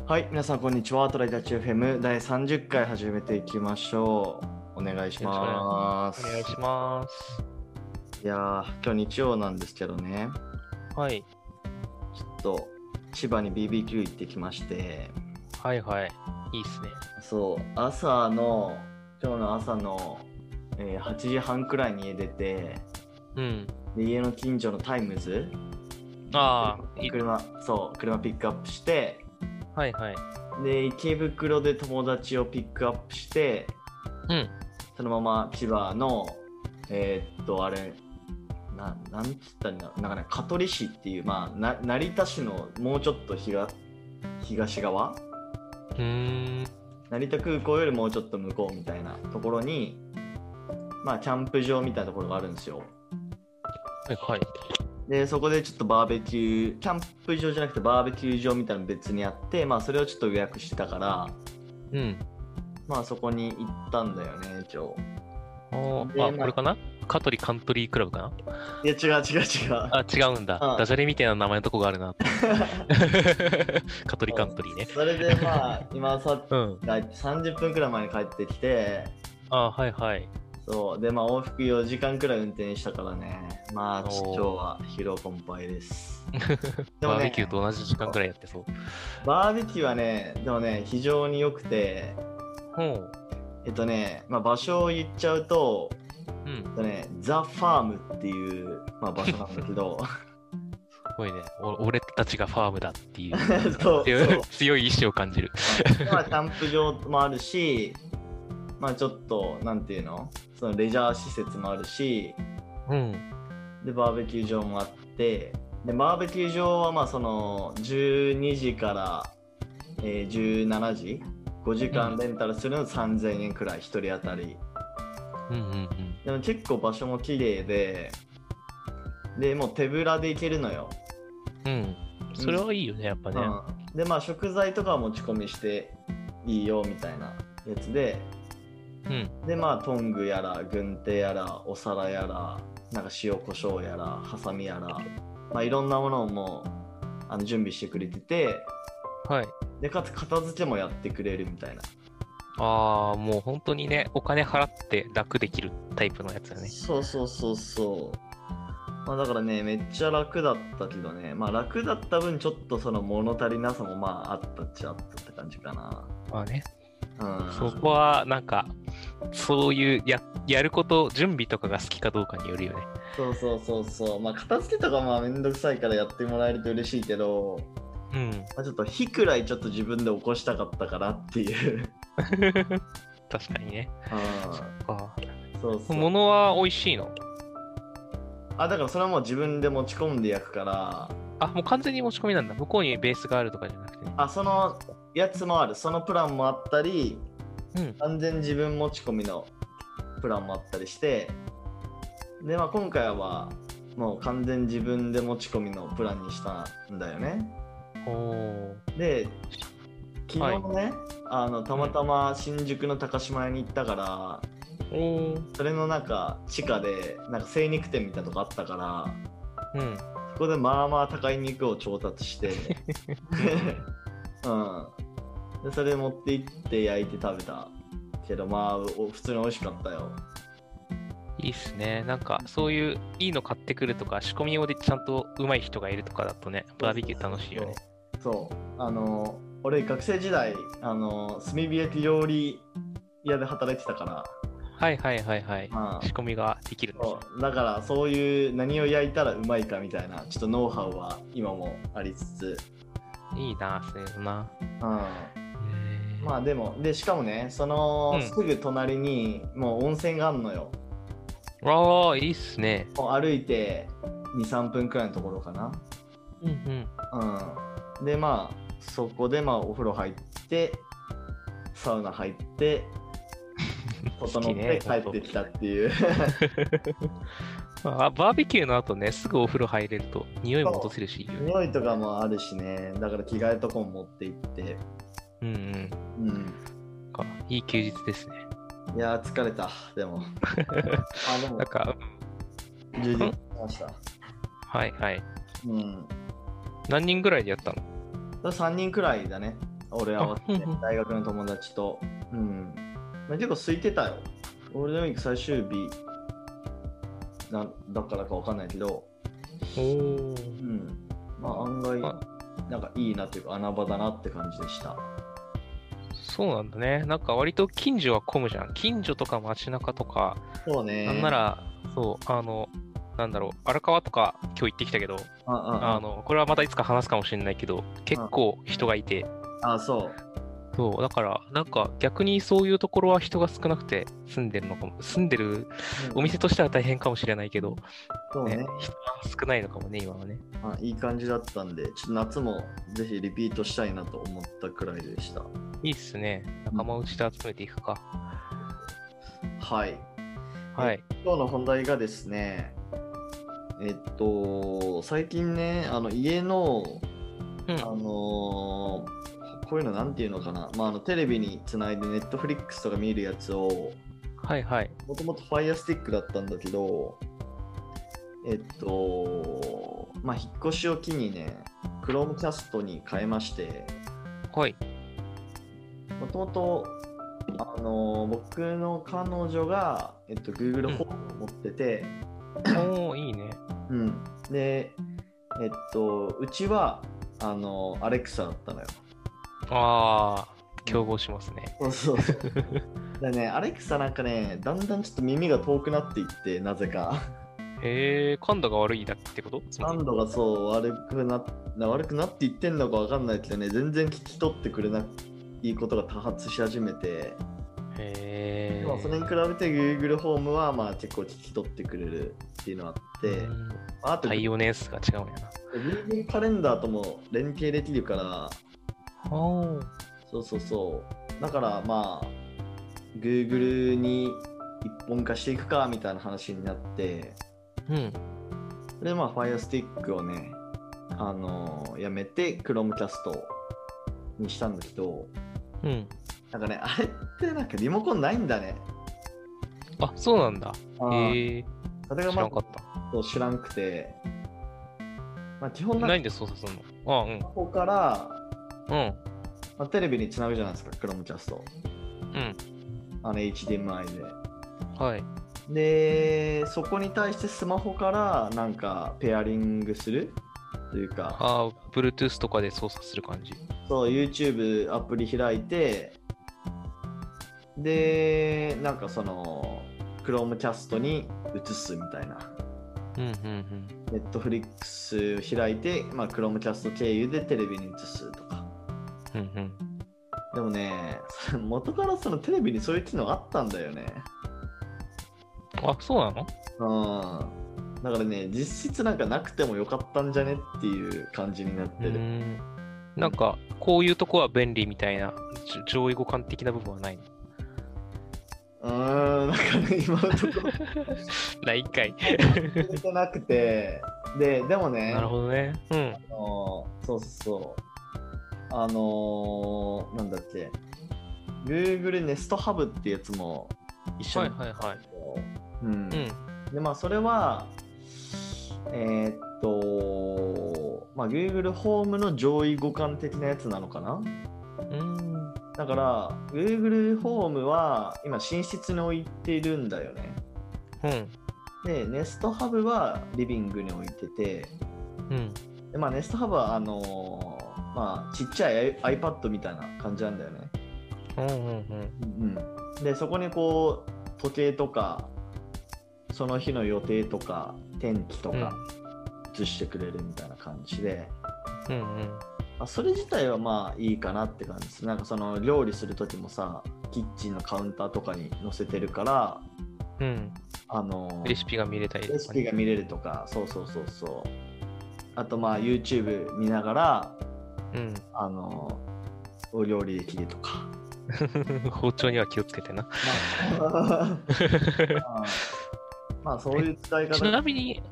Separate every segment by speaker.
Speaker 1: はい、皆さんこんにちは。トライタッチ FM 第30回始めていきましょう。お願いします。
Speaker 2: お願いします。
Speaker 1: いやー、今日日曜なんですけどね、
Speaker 2: はい。
Speaker 1: ちょっと千葉に BBQ 行ってきまして、
Speaker 2: はいはい。いいっすね。
Speaker 1: そう、今日の朝の、8時半くらいに家出て、
Speaker 2: うん。
Speaker 1: で家の近所のタイムズ、
Speaker 2: ああ、
Speaker 1: 車ピックアップして、
Speaker 2: はいはい。
Speaker 1: で、池袋で友達をピックアップして、
Speaker 2: うん。
Speaker 1: そのまま千葉の、あれ、なんつったらいいんだろう、なんかね、香取市っていう、成田市のもうちょっと東側、成田空港よりもうちょっと向こうみたいなところに、キャンプ場みたいなところがあるんですよ。
Speaker 2: はいはい。
Speaker 1: で、そこでちょっとバーベキュー、キャンプ場じゃなくてバーベキュー場みたいなの別にあって、それをちょっと予約してたから、
Speaker 2: うん。
Speaker 1: そこに行ったんだよね、一応。
Speaker 2: これかな香取カントリークラブかな。
Speaker 1: いや、違う。
Speaker 2: あ、違うんだ。ダジャレみたいな名前のとこがあるな。香取カントリーね。
Speaker 1: それで今さっき
Speaker 2: うん。
Speaker 1: 30分くらい前に帰ってきて、
Speaker 2: はいはい。
Speaker 1: そうで往復4時間くらい運転したからね、今日は疲労困憊です。でもね、
Speaker 2: バーベキューと同じ時間くらいやってそう。
Speaker 1: バーベキューはね、でもね、非常に良くて、場所を言っちゃうと、ザ・ファームっていう、場所なんだけど
Speaker 2: すごいね。俺たちがファームだっていう
Speaker 1: そう
Speaker 2: 強い意志を感じる。
Speaker 1: キャンプ場もあるし、ちょっとなんていうの、そのレジャー施設もあるし、でバーベキュー場もあって、でバーベキュー場はその12時から、17時5時間レンタルするの3000円くらい1人当たり。でも結構場所も綺麗でもう手ぶらで行けるのよ。
Speaker 2: それはいいよね、やっぱね。
Speaker 1: で食材とかは持ち込みしていいよみたいなやつで、でトングやら軍手やらお皿やらなんか塩コショウやらハサミやら、いろんなものをもう準備してくれてて、でかつ片付けもやってくれるみたいな。
Speaker 2: もう本当にね、お金払って楽できるタイプのやつだね。
Speaker 1: そう。だからね、めっちゃ楽だったけどね、楽だった分ちょっとその物足りなさもあったっちゃあったって感じかな。
Speaker 2: そこはなんかそういうやること準備とかが好きかどうかによるよね。
Speaker 1: そう片付けとかめんどくさいからやってもらえると嬉しいけど、ちょっと火くらいちょっと自分で起こしたかったからっていう
Speaker 2: 確かにね。
Speaker 1: そう
Speaker 2: 物は美味しいの？
Speaker 1: だからそれはもう自分で持ち込んで焼くから。
Speaker 2: もう完全に持ち込みなんだ。向こうにベースがあるとかじゃなくてね。
Speaker 1: そのやつもある。そのプランもあったり、完全自分持ち込みのプランもあったりして、で今回はもう完全自分で持ち込みのプランにしたんだよね。で昨日ね、たまたま新宿の高島屋に行ったから、それの地下で精肉店みたいなとこあったから、そこで高い肉を調達してでそれ持って行って焼いて食べたけど、普通に美味しかったよ。
Speaker 2: いいっすね。なんかそういういいの買ってくるとか仕込み用でちゃんと上手い人がいるとかだとね、バーベキュー楽しいよね。
Speaker 1: 俺学生時代炭火焼き料理屋で働いてたから。
Speaker 2: 仕込みができるんですよ。
Speaker 1: だからそういう何を焼いたらうまいかみたいなちょっとノウハウは今もありつつ。
Speaker 2: いいな、そういうのな。
Speaker 1: でしかもね、そのすぐ隣にもう温泉があるのよ。
Speaker 2: いいっすね。
Speaker 1: もう歩いて 2,3 分くらいのところかな。でそこでお風呂入ってサウナ入って整って帰ってきたっていう
Speaker 2: バーベキューの後ね、すぐお風呂入れると匂いも落とせるし、
Speaker 1: 匂いとかもあるしね。だから着替えとかも持って行って、
Speaker 2: いい休日ですね。
Speaker 1: いやー疲れた。でもでも
Speaker 2: なんか
Speaker 1: 充実しました。
Speaker 2: 何人ぐらいでやったの？
Speaker 1: 3人くらいだね。 俺合わせて、大学の友達と。うん。まあ、結構空いてたよ。ゴールデンウィーク最終日だからかわかんないけど、うん。まあ案外、なんかいいなというか穴場だなって感じでした。
Speaker 2: そうなんだね。なんか割と近所は混むじゃん。近所とか街中とか、
Speaker 1: そうね。
Speaker 2: なんなら、そう、なんだろう、荒川とか今日行ってきたけど、これはまたいつか話すかもしれないけど、結構人がいて。
Speaker 1: そう。
Speaker 2: そう、だから、なんか逆にそういうところは人が少なくて住んでるお店としては大変かもしれないけど、
Speaker 1: そうね。
Speaker 2: 人は少ないのかもね、今はね。
Speaker 1: いい感じだったんで、ちょっと夏もぜひリピートしたいなと思ったくらいでした。
Speaker 2: いいっすね。仲間内で集めていくか。
Speaker 1: はい。
Speaker 2: はい。
Speaker 1: 今日の本題がですね、最近ね、家の、こういうのなんていうのかな、テレビにつないでネットフリックスとか見るやつを、
Speaker 2: はいはい。
Speaker 1: もともと Fire Stick だったんだけど、引っ越しを機にね、Chromecast に変えまして、
Speaker 2: はい。
Speaker 1: もともと、僕の彼女が、Google ホームを持ってて、
Speaker 2: おー、いいね。
Speaker 1: うん。で、うちは、Alexa だったのよ。
Speaker 2: あー、競合しますね。
Speaker 1: そうそうそう。だね、Alexa なんかね、だんだんちょっと耳が遠くなっていって、なぜか。
Speaker 2: 感度が悪いだってこと？
Speaker 1: 感度がそう悪くなっていってんのかわかんないけどね、全然聞き取ってくれないことが多発し始めて、でもそれに比べて Google ホームは結構聞き取ってくれるっていうのがあって、
Speaker 2: あと対応年数が違うんやな。
Speaker 1: Google カレンダーとも連携できるから、そうだからGoogle に一本化していくかみたいな話になって、でFire Stick をねやめて Chromecast にしたんだけど、なんかね、あれってなんかリモコンないんだね。
Speaker 2: あ、そうなんだ。
Speaker 1: それが
Speaker 2: 知らんかった。
Speaker 1: そう知らんくて、基本
Speaker 2: ないんで操作するの？
Speaker 1: ここから、テレビにつなぐじゃないですか、Chromecast。HDMI で。
Speaker 2: はい。
Speaker 1: で、そこに対してスマホからなんかペアリングするというか、
Speaker 2: Bluetooth とかで操作する感じ。
Speaker 1: そう、YouTube アプリ開いて、で、なんかその Chromecast に移すみたいな。Netflix 開いて、Chromecast 経由でテレビに移すとか。でもね、元からそのテレビにそういう機能あったんだよね。
Speaker 2: あ、そうなの？
Speaker 1: だからね、実質なんかなくてもよかったんじゃねっていう感じになってる。
Speaker 2: なんか、こういうとこは便利みたいな、上位互換的な部分はないの？
Speaker 1: なんかね、今のところ
Speaker 2: ないかい。
Speaker 1: なくて、でもね、
Speaker 2: なるほどね。
Speaker 1: なんだっけ、Google Nest Hub ってやつも一緒に。で、それは、Google ホームの上位互換的なやつなのかな？だから Google ホームは今寝室に置いてるんだよね。で、Nest Hub はリビングに置いてて、でNest Hub はちっちゃい iPad みたいな感じなんだよね。で、そこにこう時計とかその日の予定とか天気とか映してくれるみたいな感じで、それ自体はいいかなって感じです。なんかその料理する時もさ、キッチンのカウンターとかに載せてるから、
Speaker 2: レシピが見れたりとか、
Speaker 1: レシピが見れるとか、あとYouTube 見ながら、お料理できるとか。
Speaker 2: 包丁には気をつけてな。
Speaker 1: そういう使い方。
Speaker 2: ちなみに、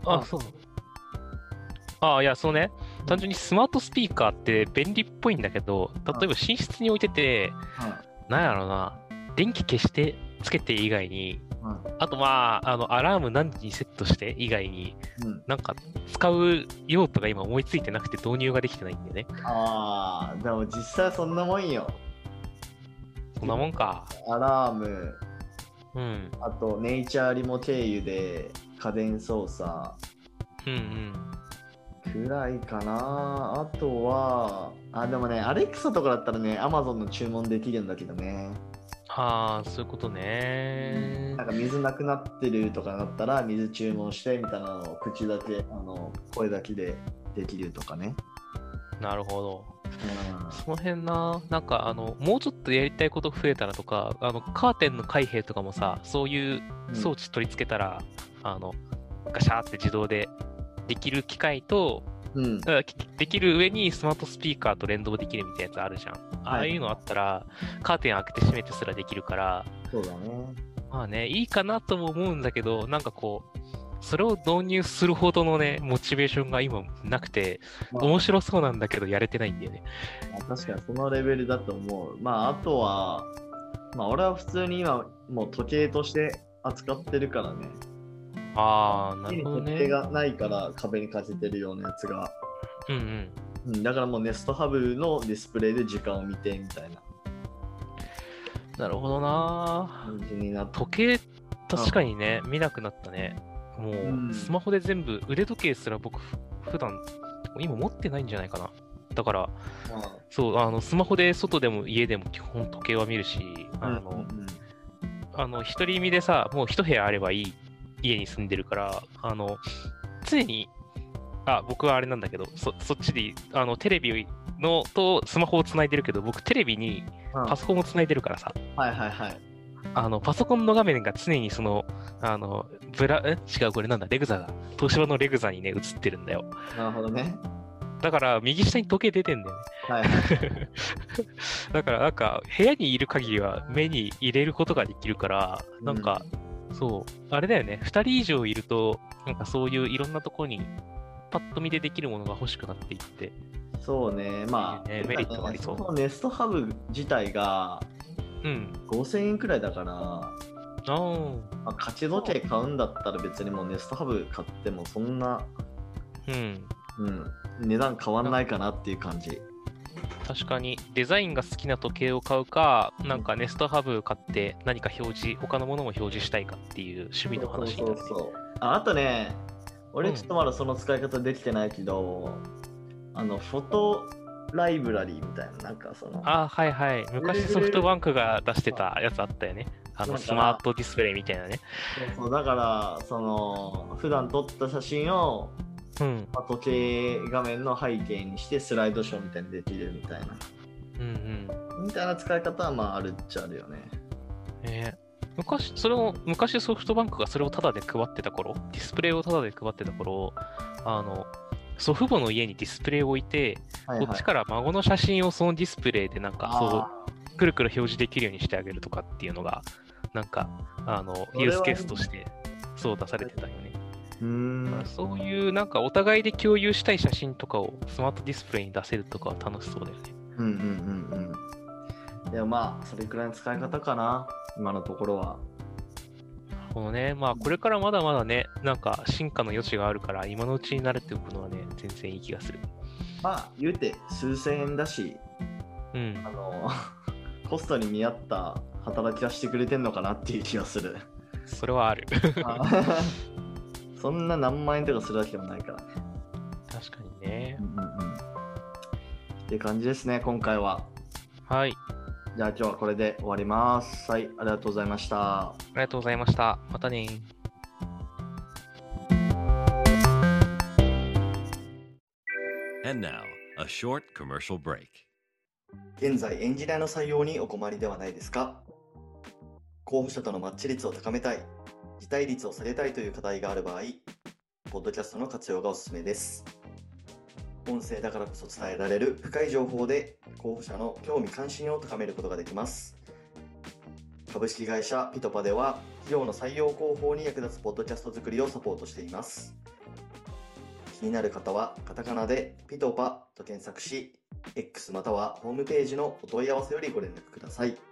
Speaker 2: いや、そうね、単純にスマートスピーカーって便利っぽいんだけど、例えば寝室に置いてて、なんやろな、電気消してつけて以外に、あとまあ、アラーム何時にセットして以外に、なんか使う用途が今思いついてなくて導入ができてないんだよね。
Speaker 1: ああ、でも実際そんなもんよ。
Speaker 2: そんなもんか。
Speaker 1: アラーム、
Speaker 2: あ
Speaker 1: とネイチャーリモ経由で家電操作、くらいかな。あとは、でもね、アレクサとかだったらね、アマゾンの注文できるんだけどね。
Speaker 2: そういうことね。
Speaker 1: なんか水なくなってるとかだったら、水注文してみたいなのを口だけ、声だけでできるとかね。
Speaker 2: なるほど。その辺な、なんかもうちょっとやりたいこと増えたらとか、カーテンの開閉とかもさ、そういう装置取り付けたら、ガシャーって自動でできる機械と、できる上にスマートスピーカーと連動できるみたいなやつあるじゃん。ああいうのあったら、カーテン開けて閉めてすらできるから、
Speaker 1: そうだね。
Speaker 2: まあね、いいかなとも思うんだけど、なんかこう、それを導入するほどのね、モチベーションが今なくて、面白そうなんだけど、やれてないんだよね。
Speaker 1: 確かにそのレベルだと思う。あとは、俺は普通に今、もう時計として扱ってるからね。
Speaker 2: なるほどね。
Speaker 1: 時計がないから壁にかけてるようなやつが。だからもうネストハブのディスプレイで時間を見てみたいな。
Speaker 2: なるほどな。時計、確かにね、見なくなったね。もう、スマホで全部、腕時計すら僕、普段、今持ってないんじゃないかな。だから、そう、スマホで外でも家でも基本時計は見るし、一人身でさ、もう一部屋あればいい家に住んでるから、常に、僕はあれなんだけど、そっちで、テレビのとスマホをつないでるけど、僕テレビにパソコンをつないでるからさ。パソコンの画面が常にその、違う、これなんだ、レグザだ。東芝のレグザにね、映ってるんだよ。
Speaker 1: なるほどね。
Speaker 2: だから、右下に時計出てんだよね。だから、なんか、部屋にいる限りは目に入れることができるから、なんか、そう、あれだよね。2人以上いると、なんかそういういろんなところに、パッと見でできるものが欲しくなっていって。
Speaker 1: そうね、
Speaker 2: メリットありそう。
Speaker 1: そのネストハブ自体が、5000円くらいだから、勝ち時計買うんだったら別にもうネストハブ買ってもそんな、値段変わんないかなっていう感じ。
Speaker 2: 確かにデザインが好きな時計を買うか、なんかネストハブ買って何か他のものも表示したいかっていう趣味の話になるね。
Speaker 1: あとね、俺ちょっとまだその使い方できてないけど、フォトライブラリーみたいな、なんかその。
Speaker 2: はいはい。昔ソフトバンクが出してたやつあったよね。スマートディスプレイみたいなね。
Speaker 1: そうだから、普段撮った写真を、時計画面の背景にしてスライドショーみたいにできるみたいな。みたいな使い方はあるっちゃあるよね。
Speaker 2: 昔ソフトバンクがそれをタダで配ってた頃、ディスプレイをタダで配ってた頃、祖父母の家にディスプレイを置いて、こっちから孫の写真をそのディスプレイでなんかくるくる表示できるようにしてあげるとかっていうのが、なんかユースケースとしてそう出されてたよね。そういうなんかお互いで共有したい写真とかをスマートディスプレイに出せるとかは楽しそうだよね。
Speaker 1: でもそれくらいの使い方かな、今のところは。
Speaker 2: これからまだまだね、なんか進化の余地があるから、今のうちに慣れておくのはね、全然いい気がする。
Speaker 1: 言うて数千円だし、コストに見合った働きはしてくれてんのかなっていう気がする。
Speaker 2: それはある。
Speaker 1: そんな何万円とかするわけでもないからね。
Speaker 2: 確かにね。
Speaker 1: って感じですね、今回は。
Speaker 2: はい。
Speaker 1: じゃあ今日はこれで終わります。はい、ありがとうございました。
Speaker 2: ありがとうございました。またね。
Speaker 3: And now, a short commercial break.
Speaker 1: 現在エンジニアの採用にお困りではないですか？候補者とのマッチ率を高めたい、辞退率を下げたいという課題がある場合、ポッドキャストの活用がおすすめです。音声だからこそ伝えられる深い情報で候補者の興味関心を高めることができます。株式会社ピトパでは企業の採用広報に役立つポッドキャスト作りをサポートしています。気になる方はカタカナでピトパと検索し、X またはホームページのお問い合わせよりご連絡ください。